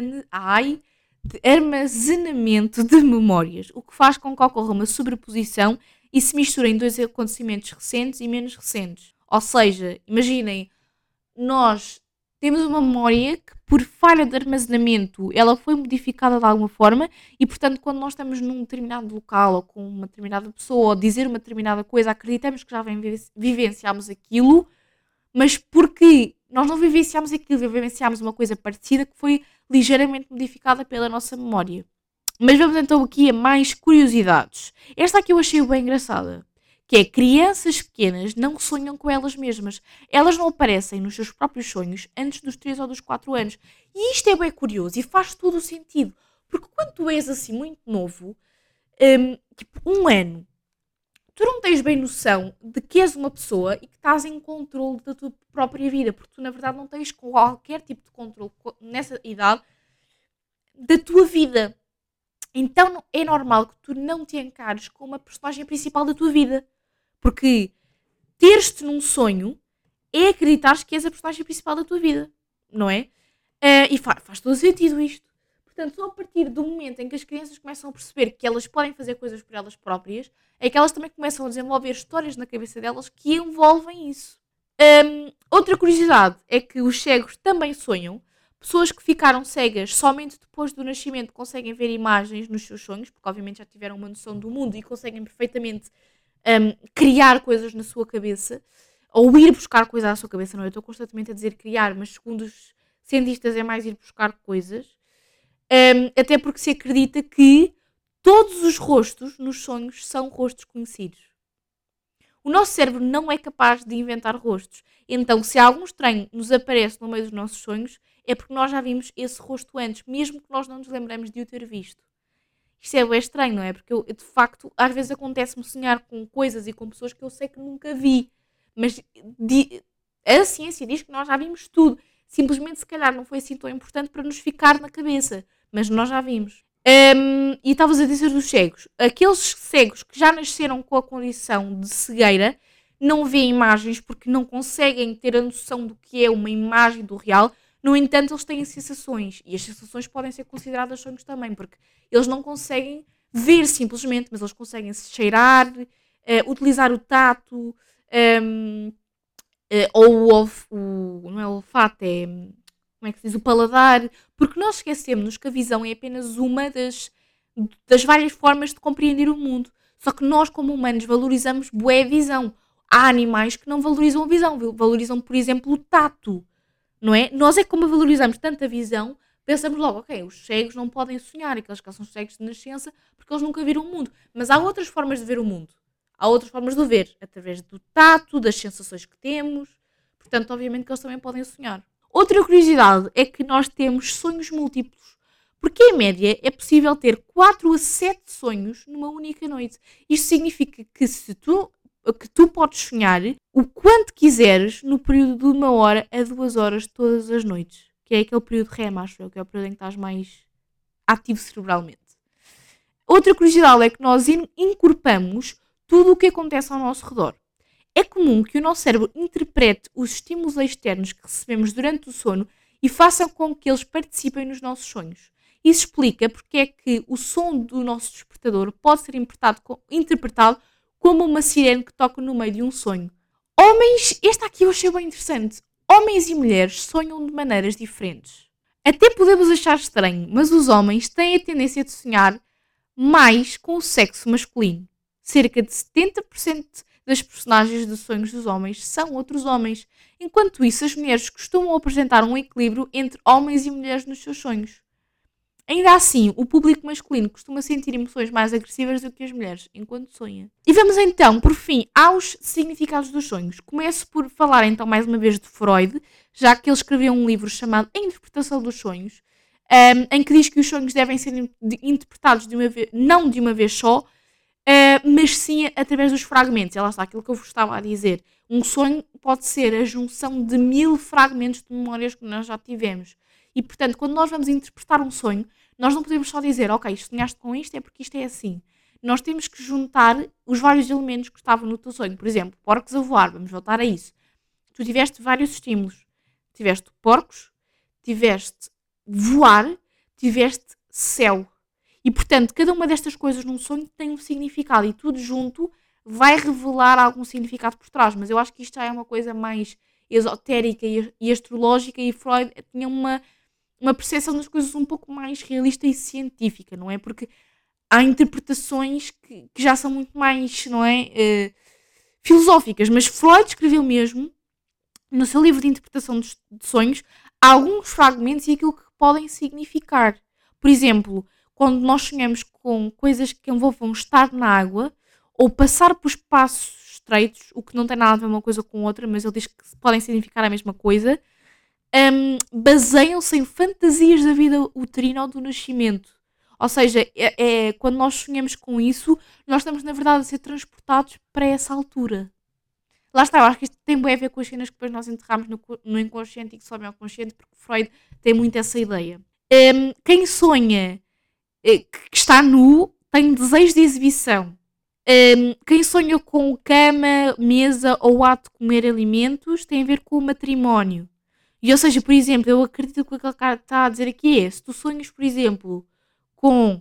armazenamento de memórias, o que faz com que ocorra uma sobreposição e se misturem dois acontecimentos recentes e menos recentes. Ou seja, imaginem, nós temos uma memória que por falha de armazenamento ela foi modificada de alguma forma e, portanto, quando nós estamos num determinado local ou com uma determinada pessoa ou dizer uma determinada coisa, acreditamos que já vivenciámos aquilo, mas porque nós não vivenciámos aquilo, vivenciámos uma coisa parecida que foi ligeiramente modificada pela nossa memória. Mas vamos então aqui a mais curiosidades. Esta aqui eu achei bem engraçada, que é crianças pequenas não sonham com elas mesmas. Elas não aparecem nos seus próprios sonhos antes dos 3 ou dos 4 anos. E isto é bem curioso e faz todo o sentido. Porque quando tu és assim muito novo, tipo 1 ano, tu não tens bem noção de que és uma pessoa e que estás em controle da tua própria vida, porque tu na verdade não tens qualquer tipo de controle nessa idade da tua vida. Então é normal que tu não te encares como a personagem principal da tua vida, porque teres-te num sonho é acreditares que és a personagem principal da tua vida, não é? E faz todo sentido isto. Portanto, só a partir do momento em que as crianças começam a perceber que elas podem fazer coisas por elas próprias, é que elas também começam a desenvolver histórias na cabeça delas que envolvem isso. Outra curiosidade é que os cegos também sonham. Pessoas que ficaram cegas somente depois do nascimento conseguem ver imagens nos seus sonhos, porque obviamente já tiveram uma noção do mundo e conseguem perfeitamente criar coisas na sua cabeça, ou ir buscar coisas à sua cabeça, não é? Eu estou constantemente a dizer criar, mas segundo os cientistas é mais ir buscar coisas, até porque se acredita que todos os rostos nos sonhos são rostos conhecidos. O nosso cérebro não é capaz de inventar rostos. Então, se algum estranho nos aparece no meio dos nossos sonhos, é porque nós já vimos esse rosto antes, mesmo que nós não nos lembremos de o ter visto. Isto é bem estranho, não é? Porque eu, de facto, às vezes acontece-me sonhar com coisas e com pessoas que eu sei que nunca vi. Mas a ciência diz que nós já vimos tudo. Simplesmente, se calhar, não foi assim tão importante para nos ficar na cabeça. Mas nós já vimos. E estavas a dizer dos cegos. Aqueles cegos que já nasceram com a condição de cegueira não veem imagens porque não conseguem ter a noção do que é uma imagem do real. No entanto, eles têm sensações. E as sensações podem ser consideradas sonhos também, porque eles não conseguem ver simplesmente, mas eles conseguem se cheirar, utilizar o tato, ou não é o olfato, é como é que se diz, o paladar, porque nós esquecemos que a visão é apenas uma das várias formas de compreender o mundo. Só que nós, como humanos, valorizamos bué a visão. Há animais que não valorizam a visão, valorizam, por exemplo, o tato, não é? Nós é que, como valorizamos tanto a visão, pensamos logo, ok, os cegos não podem sonhar, aqueles que são cegos de nascença, porque eles nunca viram o mundo. Mas há outras formas de ver o mundo. Há outras formas de o ver, através do tato, das sensações que temos. Portanto, obviamente que eles também podem sonhar. Outra curiosidade é que nós temos sonhos múltiplos, porque em média é possível ter 4 a 7 sonhos numa única noite. Isto significa que tu podes sonhar o quanto quiseres no período de 1 hora a 2 horas todas as noites, que é aquele período REM, acho eu, que é o período em que estás mais ativo cerebralmente. Outra curiosidade é que nós incorporamos tudo o que acontece ao nosso redor. É comum que o nosso cérebro interprete os estímulos externos que recebemos durante o sono e faça com que eles participem nos nossos sonhos. Isso explica porque é que o som do nosso despertador pode ser interpretado como uma sirene que toca no meio de um sonho. Este aqui eu achei bem interessante. Homens e mulheres sonham de maneiras diferentes. Até podemos achar estranho, mas os homens têm a tendência de sonhar mais com o sexo masculino. Cerca de 70% das personagens de sonhos dos homens são outros homens. Enquanto isso, as mulheres costumam apresentar um equilíbrio entre homens e mulheres nos seus sonhos. Ainda assim, o público masculino costuma sentir emoções mais agressivas do que as mulheres, enquanto sonha. E vamos então, por fim, aos significados dos sonhos. Começo por falar então mais uma vez de Freud, já que ele escreveu um livro chamado A Interpretação dos Sonhos, em que diz que os sonhos devem ser interpretados não de uma vez só, mas sim através dos fragmentos. E lá está aquilo que eu vos estava a dizer. Um sonho pode ser a junção de 1000 fragmentos de memórias que nós já tivemos. E, portanto, quando nós vamos interpretar um sonho, nós não podemos só dizer, ok, sonhaste com isto, é porque isto é assim. Nós temos que juntar os vários elementos que estavam no teu sonho. Por exemplo, porcos a voar, vamos voltar a isso. Tu tiveste vários estímulos. Tiveste porcos, tiveste voar, tiveste céu. E, portanto, cada uma destas coisas num sonho tem um significado e tudo junto vai revelar algum significado por trás. Mas eu acho que isto já é uma coisa mais esotérica e astrológica e Freud tinha uma percepção das coisas um pouco mais realista e científica, não é? Porque há interpretações que já são muito mais, não é? Filosóficas. Mas Freud escreveu mesmo, no seu livro de interpretação de sonhos, alguns fragmentos e aquilo que podem significar. Por exemplo, quando nós sonhamos com coisas que envolvam estar na água ou passar por espaços estreitos, o que não tem nada a ver uma coisa com outra, mas ele diz que podem significar a mesma coisa, baseiam-se em fantasias da vida uterina ou do nascimento. Ou seja, quando nós sonhamos com isso, nós estamos, na verdade, a ser transportados para essa altura. Lá está, eu acho que isto tem bem a ver com as cenas que depois nós enterramos no inconsciente e que sobem ao consciente, porque Freud tem muito essa ideia. Quem sonha que está nu tem desejo de exibição. Quem sonha com cama, mesa ou ato de comer alimentos tem a ver com o matrimónio. E, ou seja, por exemplo, eu acredito que o que ele está a dizer aqui é, se tu sonhas, por exemplo, com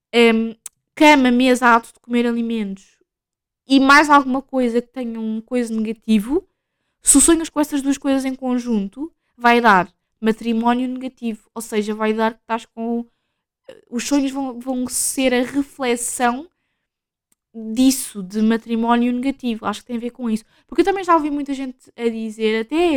cama, mesa, ato de comer alimentos e mais alguma coisa que tenha um coisa negativo, se sonhas com essas duas coisas em conjunto, vai dar matrimónio negativo. Ou seja, vai dar que estás com... Os sonhos vão ser a reflexão disso, de matrimónio negativo. Acho que tem a ver com isso. Porque eu também já ouvi muita gente a dizer, até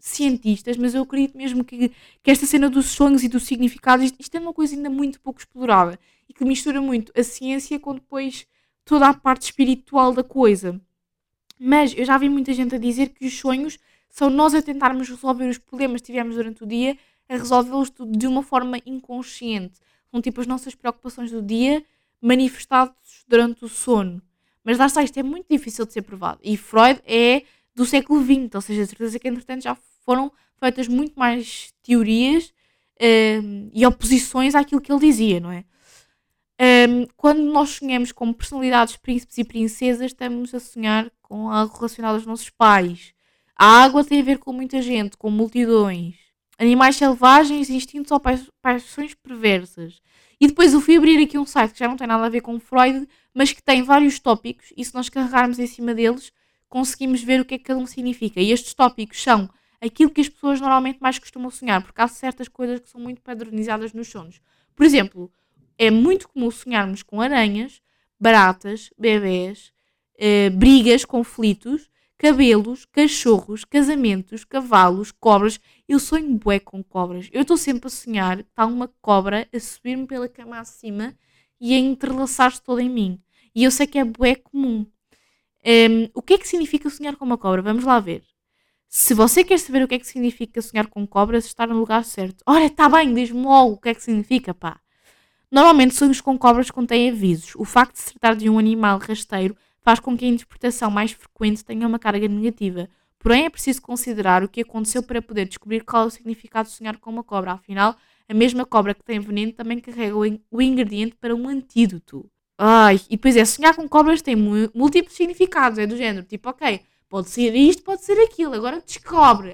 cientistas, mas eu acredito mesmo que esta cena dos sonhos e dos significados, isto é uma coisa ainda muito pouco explorada e que mistura muito a ciência com depois toda a parte espiritual da coisa. Mas eu já vi muita gente a dizer que os sonhos são nós a tentarmos resolver os problemas que tivemos durante o dia, a resolvê-los de uma forma inconsciente. São tipo as nossas preocupações do dia manifestados durante o sono. Mas lá está, isto é muito difícil de ser provado. E Freud é do século XX, ou seja, a certeza que entretanto já foram feitas muito mais teorias e oposições àquilo que ele dizia, não é? Quando nós sonhamos com personalidades, príncipes e princesas, estamos a sonhar com algo relacionado aos nossos pais. A água tem a ver com muita gente, com multidões. Animais selvagens, instintos ou paixões perversas. E depois eu fui abrir aqui um site que já não tem nada a ver com Freud, mas que tem vários tópicos e se nós carregarmos em cima deles, conseguimos ver o que é que cada um significa. E estes tópicos são aquilo que as pessoas normalmente mais costumam sonhar, porque há certas coisas que são muito padronizadas nos sonhos. Por exemplo, é muito comum sonharmos com aranhas, baratas, bebés, brigas, conflitos, cabelos, cachorros, casamentos, cavalos, cobras. Eu sonho bué com cobras. Eu estou sempre a sonhar que está uma cobra a subir-me pela cama acima e a entrelaçar-se toda em mim. E eu sei que é bué comum. O que é que significa sonhar com uma cobra? Vamos lá ver. Se você quer saber o que é que significa sonhar com cobras, está no lugar certo. Ora, está bem, diz-me logo o que é que significa, pá. Normalmente, sonhos com cobras contêm avisos. O facto de se tratar de um animal rasteiro faz com que a interpretação mais frequente tenha uma carga negativa. Porém, é preciso considerar o que aconteceu para poder descobrir qual é o significado de sonhar com uma cobra. Afinal, a mesma cobra que tem veneno também carrega o ingrediente para um antídoto. Ai, e depois sonhar com cobras tem múltiplos significados. É do género, tipo, ok, pode ser isto, pode ser aquilo. Agora descobre.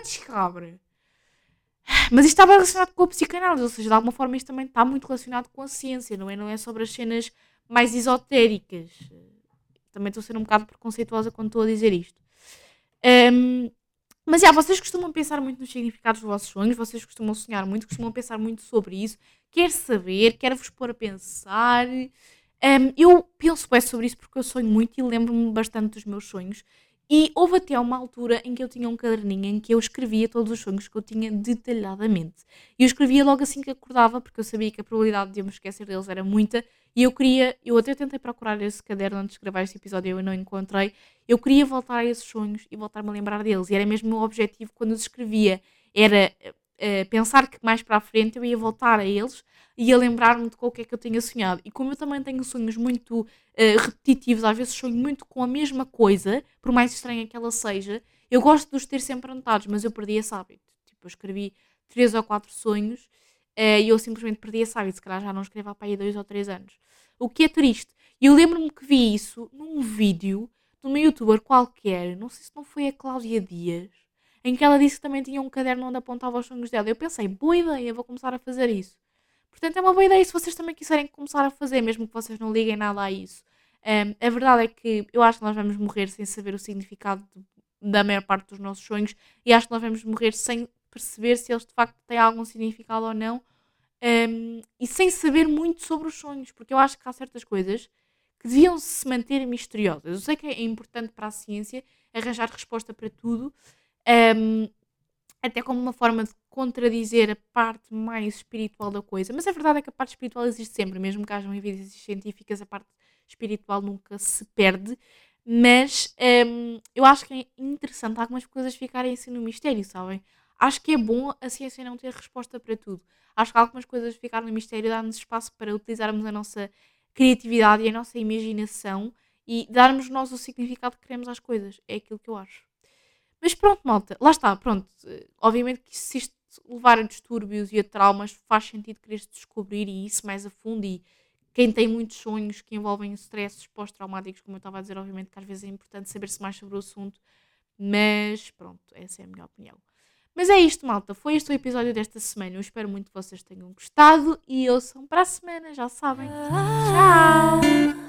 Mas isto está bem relacionado com a psicanálise, ou seja, de alguma forma isto também está muito relacionado com a ciência, não é? Não é sobre as cenas mais esotéricas. Também estou a ser um bocado preconceituosa quando estou a dizer isto. Mas vocês costumam pensar muito nos significados dos vossos sonhos, vocês costumam sonhar muito, costumam pensar muito sobre isso. Quero saber, quero-vos pôr a pensar. Eu penso bem sobre isso porque eu sonho muito e lembro-me bastante dos meus sonhos. E houve até uma altura em que eu tinha um caderninho em que eu escrevia todos os sonhos que eu tinha detalhadamente. E eu escrevia logo assim que acordava, porque eu sabia que a probabilidade de eu me esquecer deles era muita. E eu até tentei procurar esse caderno antes de gravar este episódio e eu não encontrei. Eu queria voltar a esses sonhos e voltar-me a lembrar deles. E era mesmo o meu objetivo quando os escrevia. Era pensar que mais para a frente eu ia voltar a eles e a lembrar-me de qual que é que eu tinha sonhado. E como eu também tenho sonhos muito repetitivos, às vezes sonho muito com a mesma coisa, por mais estranha que ela seja, eu gosto de os ter sempre anotados, mas eu perdi esse hábito. Tipo, eu escrevi 3 ou 4 sonhos e eu simplesmente perdi esse hábito. Se calhar já não escrevo há para aí 2 ou 3 anos. O que é triste. E eu lembro-me que vi isso num vídeo de uma youtuber qualquer, não sei se não foi a Cláudia Dias, em que ela disse que também tinha um caderno onde apontava os sonhos dela. Eu pensei, boa ideia, vou começar a fazer isso. Portanto, é uma boa ideia se vocês também quiserem começar a fazer, mesmo que vocês não liguem nada a isso. A verdade é que eu acho que nós vamos morrer sem saber o significado da maior parte dos nossos sonhos e acho que nós vamos morrer sem perceber se eles de facto têm algum significado ou não e sem saber muito sobre os sonhos, porque eu acho que há certas coisas que deviam se manter misteriosas. Eu sei que é importante para a ciência arranjar resposta para tudo, até como uma forma de contradizer a parte mais espiritual da coisa. Mas a verdade é que a parte espiritual existe sempre, mesmo que hajam evidências científicas, a parte espiritual nunca se perde. Mas eu acho que é interessante algumas coisas ficarem assim no mistério, sabem? Acho que é bom a ciência não ter resposta para tudo. Acho que algumas coisas ficarem no mistério dá-nos espaço para utilizarmos a nossa criatividade e a nossa imaginação e darmos nós o significado que queremos às coisas. É aquilo que eu acho. Mas pronto, malta, lá está, pronto. Obviamente que se isto levar a distúrbios e a traumas, faz sentido querer-se descobrir e isso mais a fundo. E quem tem muitos sonhos que envolvem stresses pós-traumáticos, como eu estava a dizer, obviamente que às vezes é importante saber-se mais sobre o assunto. Mas pronto, essa é a minha opinião. Mas é isto, malta. Foi este o episódio desta semana. Eu espero muito que vocês tenham gostado e ouçam para a semana, já sabem. Tchau!